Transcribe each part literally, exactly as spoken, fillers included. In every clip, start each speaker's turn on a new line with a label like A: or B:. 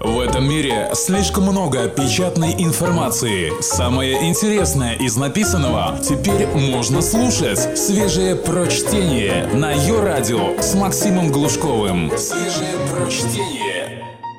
A: В этом мире слишком много печатной информации. Самое интересное из написанного теперь можно слушать. Свежее прочтение на Ё-радио с Максимом Глушковым. Свежее прочтение.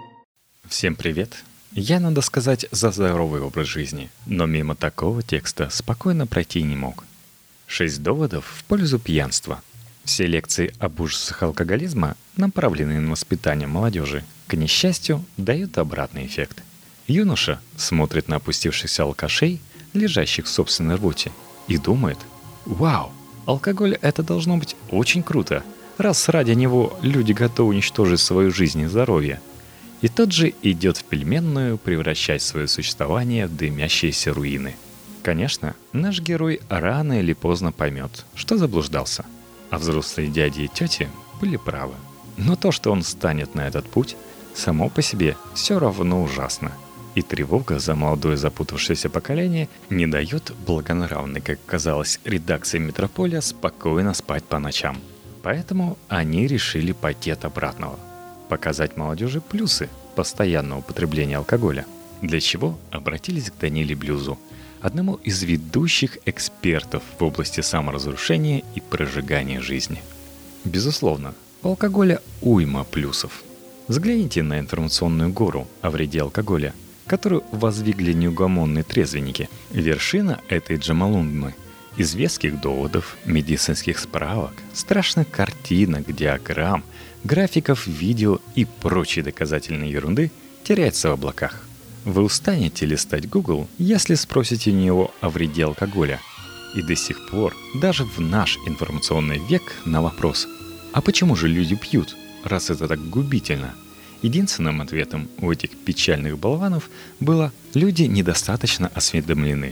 B: Всем привет. Я, надо сказать, за здоровый образ жизни, но мимо такого текста спокойно пройти не мог. Шесть доводов в пользу пьянства. Все лекции об ужасах алкоголизма, направленные на воспитание молодежи, к несчастью, дают обратный эффект. Юноша смотрит на опустившихся алкашей, лежащих в собственной рвоте, и думает: «Вау, алкоголь — это должно быть очень круто, раз ради него люди готовы уничтожить свою жизнь и здоровье». И тот же идет в пельменную превращать свое существование в дымящиеся руины. Конечно, наш герой рано или поздно поймет, что заблуждался, а взрослые дяди и тети были правы. Но то, что он станет на этот путь, само по себе все равно ужасно. И тревога за молодое запутавшееся поколение не дает благонравной, как казалось, редакции «Метрополя» спокойно спать по ночам. Поэтому они решили пойти от обратного. Показать молодежи плюсы постоянного употребления алкоголя. Для чего обратились к Даниле Блюзу, одному из ведущих экспертов в области саморазрушения и прожигания жизни. Безусловно, у алкоголя уйма плюсов. Взгляните на информационную гору о вреде алкоголя, которую воздвигли неугомонные трезвенники. Вершина этой Джомолунгмы из веских доводов, медицинских справок, страшных картинок, диаграмм, графиков, видео и прочей доказательной ерунды теряется в облаках. Вы устанете листать Google, если спросите у него о вреде алкоголя. И до сих пор, даже в наш информационный век, на вопрос: «А почему же люди пьют, раз это так губительно?», единственным ответом у этих печальных болванов было: «Люди недостаточно осведомлены».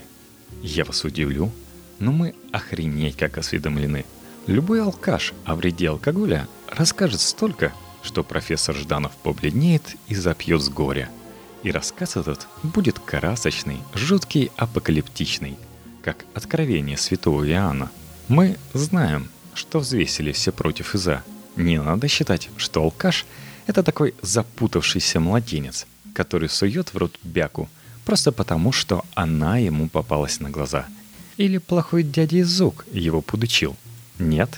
B: Я вас удивлю, но мы охренеть как осведомлены. Любой алкаш о вреде алкоголя расскажет столько, что профессор Жданов побледнеет и запьет с горя. И рассказ этот будет красочный, жуткий, апокалиптичный, как откровение святого Иоанна. Мы знаем, что взвесили все против и за. Не надо считать, что алкаш — это такой запутавшийся младенец, который сует в рот бяку просто потому, что она ему попалась на глаза. Или плохой дядя Изок его подучил. Нет.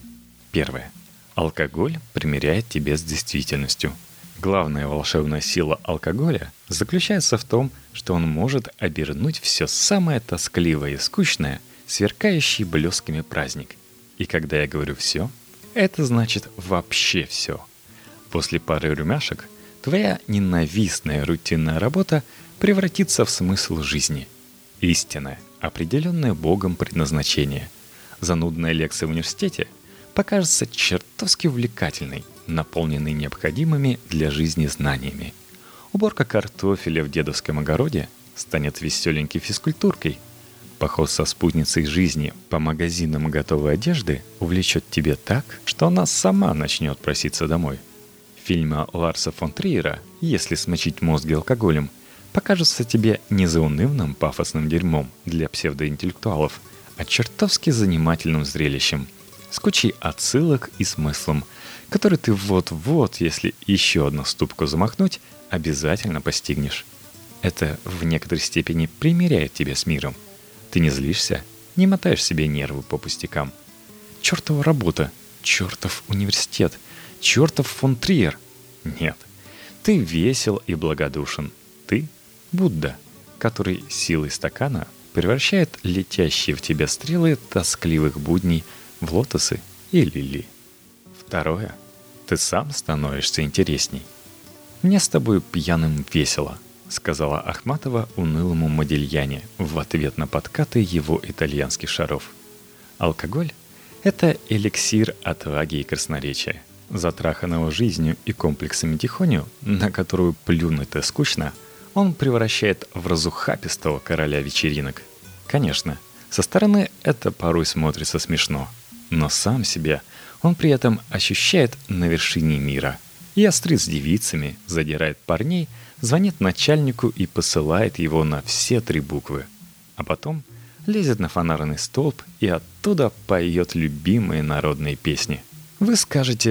B: Первое. Алкоголь примиряет тебя с действительностью. Главная волшебная сила алкоголя заключается в том, что он может обернуть все самое тоскливое и скучное в сверкающий блесками праздник. И когда я говорю «все», это значит вообще все. После пары рюмяшек твоя ненавистная рутинная работа превратится в смысл жизни. Истинное, определенное Богом предназначение. Занудная лекция в университете покажется чертовски увлекательной, наполненной необходимыми для жизни знаниями. Уборка картофеля в дедовском огороде станет веселенькой физкультуркой. Поход со спутницей жизни по магазинам готовой одежды увлечет тебя так, что она сама начнет проситься домой. Фильмы Ларса фон Триера, если смочить мозги алкоголем, покажутся тебе не заунывным пафосным дерьмом для псевдоинтеллектуалов, а чертовски занимательным зрелищем, с кучей отсылок и смыслом, который ты вот-вот, если еще одну ступку замахнуть, обязательно постигнешь. Это в некоторой степени примиряет тебя с миром. Ты не злишься, не мотаешь себе нервы по пустякам. Чертова работа, чертов университет, чертов фон Триер. Нет, ты весел и благодушен. Ты — Будда, который силой стакана превращает летящие в тебя стрелы тоскливых будней в лотосы и лилии. Второе. Ты сам становишься интересней. «Мне с тобой пьяным весело», — сказала Ахматова унылому Модильяне в ответ на подкаты его итальянских шаров. Алкоголь — это эликсир отваги и красноречия. Затраханного жизнью и комплексами тихоню, на которую плюнуть-то скучно, он превращает в разухабистого короля вечеринок. Конечно, со стороны это порой смотрится смешно, но сам себя он при этом ощущает на вершине мира. И острит с девицами, задирает парней, звонит начальнику и посылает его на все три буквы. А потом лезет на фонарный столб и оттуда поет любимые народные песни. Вы скажете: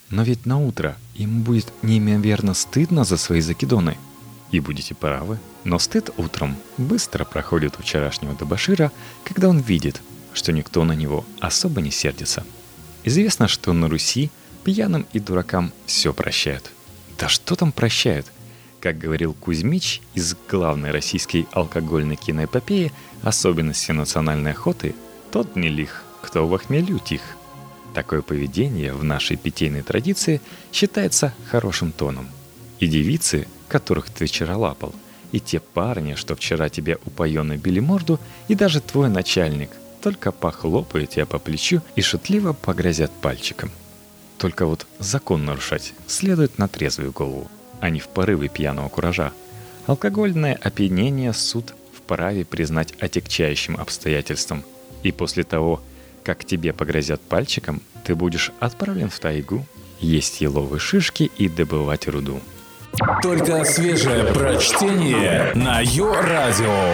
B: Но ведь на утро им будет неимоверно стыдно за свои закидоны. И будете правы, но стыд утром быстро проходит у вчерашнего дебошира, когда он видит, что никто на него особо не сердится. Известно, что на Руси пьяным и дуракам все прощают. Да что там прощают? Как говорил Кузьмич из главной российской алкогольной киноэпопеи «Особенности национальной охоты», тот не лих, кто во хмелю тих. Такое поведение в нашей питейной традиции считается хорошим тоном. И девицы, которых ты вчера лапал, и те парни, что вчера тебе упоенно били морду, и даже твой начальник только похлопают тебя по плечу и шутливо погрозят пальчиком. Только вот закон нарушать следует на трезвую голову, а не в порыве пьяного куража. Алкогольное опьянение суд вправе признать отягчающим обстоятельством. И после того, как тебе погрозят пальчиком, ты будешь отправлен в тайгу, есть еловые шишки и добывать руду.
A: Только свежее прочтение на Йо-Радио.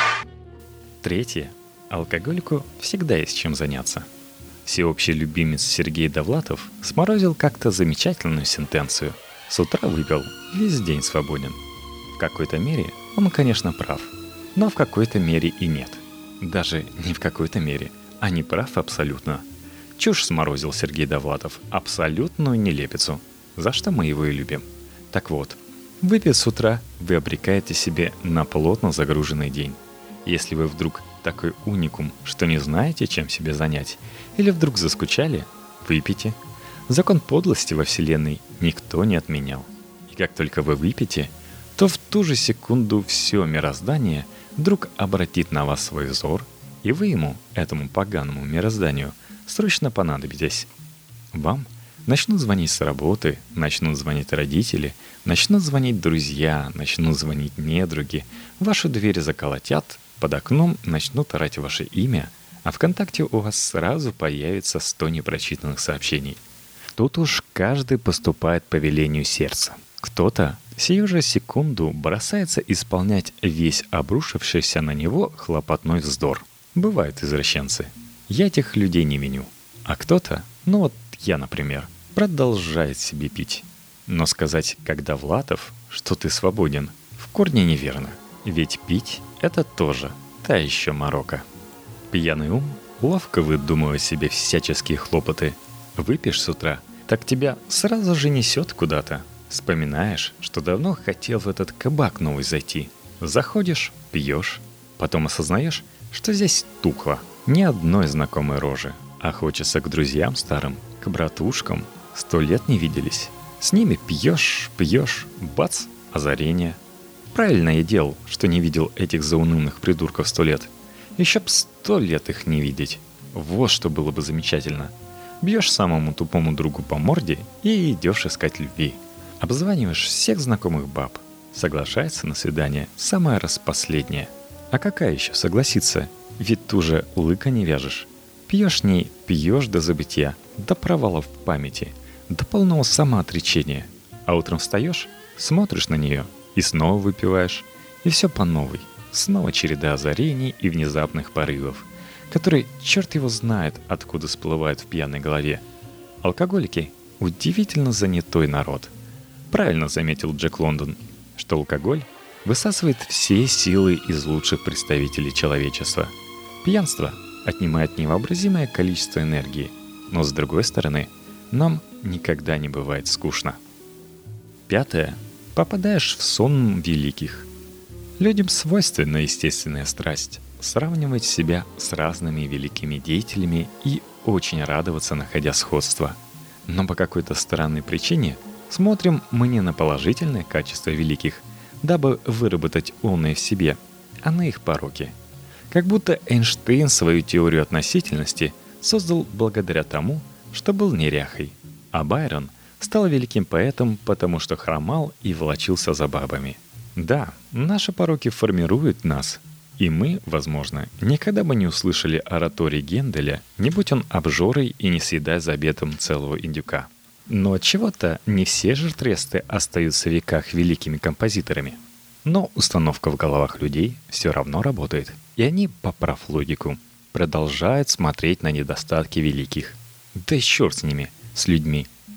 B: Третье. Алкоголику всегда есть чем заняться. Всеобщий любимец Сергей Довлатов сморозил как-то замечательную сентенцию. С утра выпил, весь день свободен. В какой-то мере он, конечно, прав, но в какой-то мере и нет. Даже не в какой-то мере, а не прав абсолютно. Чушь сморозил Сергей Довлатов, абсолютную нелепицу, за что мы его и любим. Так вот, выпив с утра, вы обрекаете себе на плотно загруженный день. Если вы вдруг такой уникум, что не знаете, чем себя занять, или вдруг заскучали, выпейте. Закон подлости во Вселенной никто не отменял. И как только вы выпьете, то в ту же секунду все мироздание вдруг обратит на вас свой взор, и вы ему, этому поганому мирозданию, срочно понадобитесь. Вам начнут звонить с работы, начнут звонить родители, начнут звонить друзья, начнут звонить недруги, вашу дверь заколотят, под окном начнут орать ваше имя, а ВКонтакте у вас сразу появится сто непрочитанных сообщений. Тут уж каждый поступает по велению сердца. Кто-то сию же секунду бросается исполнять весь обрушившийся на него хлопотной вздор. Бывают извращенцы. Я этих людей не виню. А кто-то, ну вот я, например, продолжает себе пить. Но сказать, как Довлатов, что ты свободен, в корне неверно. Ведь пить — это тоже та еще морока. Пьяный ум ловко выдумывает себе всяческие хлопоты. Выпьешь с утра, так тебя сразу же несет куда-то. Вспоминаешь, что давно хотел в этот кабак новый зайти. Заходишь, пьешь, потом осознаешь, что здесь тухло. Ни одной знакомой рожи. А хочется к друзьям старым, к братушкам. Сто лет не виделись. С ними пьешь, пьешь, бац, озарение. Правильно я делал, что не видел этих заунывных придурков сто лет. Еще б сто лет их не видеть. Вот что было бы замечательно. Бьешь самому тупому другу по морде и идешь искать любви. Обзваниваешь всех знакомых баб. Соглашается на свидание самое распоследнее. А какая еще согласится? Ведь ты уже лыка не вяжешь. Пьешь ней, пьешь до забытия, до провала в памяти, до полного самоотречения. А утром встаешь, смотришь на нее и снова выпиваешь. И все по новой. Снова череда озарений и внезапных порывов, которые черт его знает, откуда всплывают в пьяной голове. Алкоголики – удивительно занятой народ. Правильно заметил Джек Лондон, что алкоголь высасывает все силы из лучших представителей человечества. Пьянство отнимает невообразимое количество энергии, но с другой стороны, нам никогда не бывает скучно. Пятое. Попадаешь в сон великих. Людям свойственна естественная страсть сравнивать себя с разными великими деятелями и очень радоваться, находя сходства. Но по какой-то странной причине смотрим мы не на положительные качества великих, дабы выработать умные в себе, а на их пороки. Как будто Эйнштейн свою теорию относительности создал благодаря тому, что был неряхой, а Байрон стал великим поэтом, потому что хромал и волочился за бабами. Да, наши пороки формируют нас, и мы, возможно, никогда бы не услышали ораторий Генделя, не будь он обжорой и не съедая за обедом целого индюка. Но отчего-то не все же тресты остаются в веках великими композиторами. Но установка в головах людей все равно работает, и они, поправ логику, продолжают смотреть на недостатки великих. Да и черт с ними, с людьми.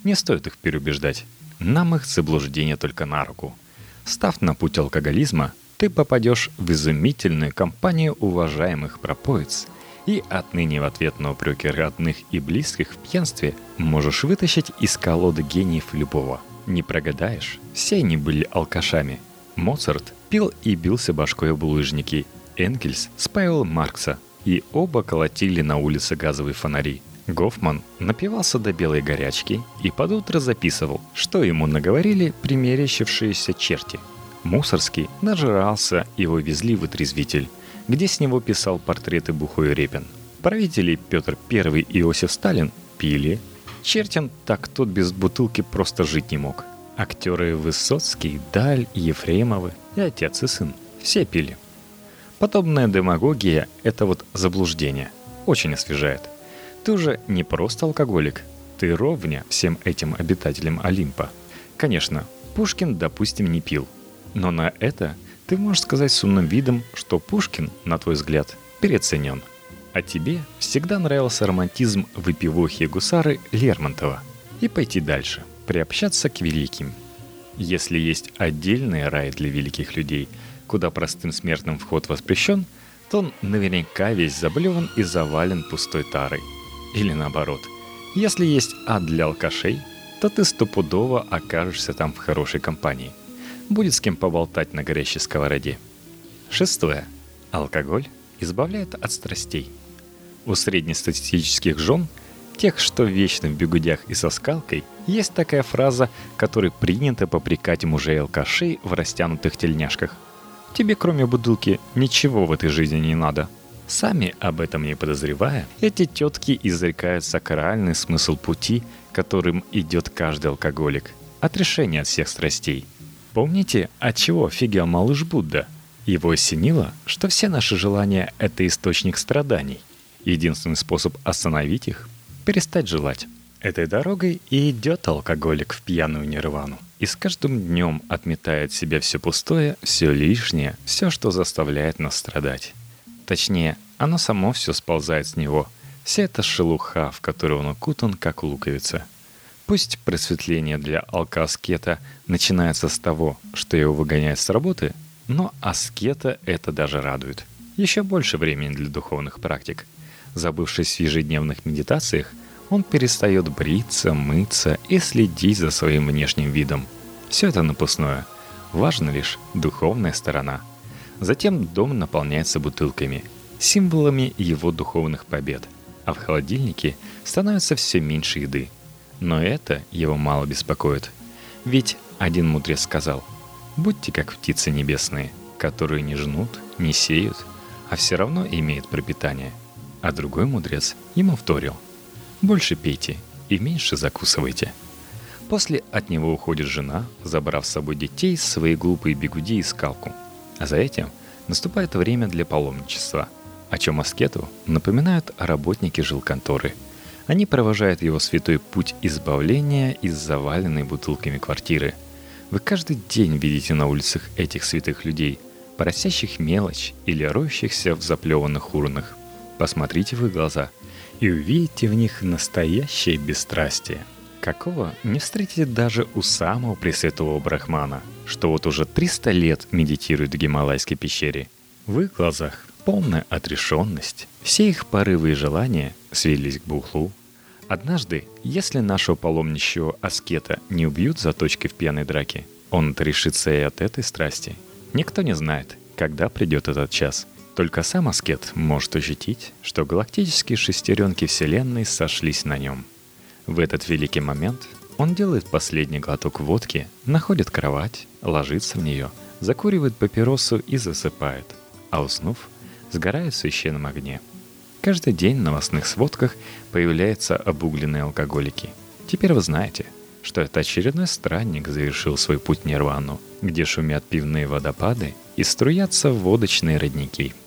B: Не стоит их переубеждать. Нам их заблуждение только на руку. Став на путь алкоголизма, ты попадешь в изумительную компанию уважаемых пропоиц, и отныне в ответ на упреки родных и близких в пьянстве можешь вытащить из колоды гениев любого. Не прогадаешь, все они были алкашами. Моцарт пил и бился башкой об булыжники, Энгельс спаивал Маркса, и оба колотили на улице газовые фонари. Гофман напивался до белой горячки и под утро записывал, что ему наговорили примерещившиеся черти. Мусорский нажрался и его везли в отрезвитель, где с него писал портреты Бухой Репин. Правители Петр Первый и Иосиф Сталин пили. Чертин так тот без бутылки просто жить не мог. Актеры Высоцкий, Даль, Ефремовы и отец и сын все пили. Подобная демагогия – это вот заблуждение. Очень освежает. Ты уже не просто алкоголик, ты ровня всем этим обитателям Олимпа. Конечно, Пушкин, допустим, не пил. Но на это ты можешь сказать с умным видом, что Пушкин, на твой взгляд, переоценен. А тебе всегда нравился романтизм выпивохи и гусары Лермонтова. И пойти дальше, приобщаться к великим. Если есть отдельный рай для великих людей, куда простым смертным вход воспрещен, то он наверняка весь заблеван и завален пустой тарой. Или наоборот, если есть ад для алкашей, то ты стопудово окажешься там в хорошей компании. Будет с кем поболтать на горящей сковороде. Шестое. Алкоголь избавляет от страстей. У среднестатистических жен, тех, что вечно в бегудях и со скалкой, есть такая фраза, которой принято попрекать мужей-алкашей в растянутых тельняшках. Тебе, кроме бутылки, ничего в этой жизни не надо. Сами об этом не подозревая, эти тетки изрекают сакральный смысл пути, которым идет каждый алкоголик. Отрешение от всех страстей. Помните, от чего офигел малыш Будда? Его осенило, что все наши желания – это источник страданий. Единственный способ остановить их – перестать желать. Этой дорогой и идет алкоголик в пьяную нирвану. И с каждым днем отметает в себя все пустое, все лишнее, все, что заставляет нас страдать. Точнее, оно само все сползает с него. Вся эта шелуха, в которую он укутан, как луковица. Пусть просветление для алкоаскета начинается с того, что его выгоняют с работы, но аскета это даже радует. Еще больше времени для духовных практик. Забывшись в ежедневных медитациях, он перестает бриться, мыться и следить за своим внешним видом. Все это напускное. Важна лишь духовная сторона. Затем дом наполняется бутылками, символами его духовных побед, а в холодильнике становится все меньше еды. Но это его мало беспокоит. Ведь один мудрец сказал: «Будьте как птицы небесные, которые не жнут, не сеют, а все равно имеют пропитание». А другой мудрец ему вторил: «Больше пейте и меньше закусывайте». После от него уходит жена, забрав с собой детей, свои глупые бигуди и скалку. А за этим наступает время для паломничества, о чем аскету напоминают работники жилконторы. Они провожают его святой путь избавления из заваленной бутылками квартиры. Вы каждый день видите на улицах этих святых людей, просящих мелочь или роющихся в заплеванных урнах. Посмотрите в их глаза и увидите в них настоящее бесстрастие. Какого не встретите даже у самого пресвятого брахмана, что вот уже триста лет медитирует в Гималайской пещере. В их глазах полная отрешенность. Все их порывы и желания свелись к бухлу. Однажды, если нашего паломничего аскета не убьют заточкой в пьяной драке, он отрешится и от этой страсти. Никто не знает, когда придет этот час. Только сам аскет может ощутить, что галактические шестеренки Вселенной сошлись на нем. В этот великий момент он делает последний глоток водки, находит кровать, ложится в нее, закуривает папиросу и засыпает, а уснув, сгорает в священном огне. Каждый день в новостных сводках появляются обугленные алкоголики. Теперь вы знаете, что это очередной странник завершил свой путь в нирвану, где шумят пивные водопады и струятся водочные родники.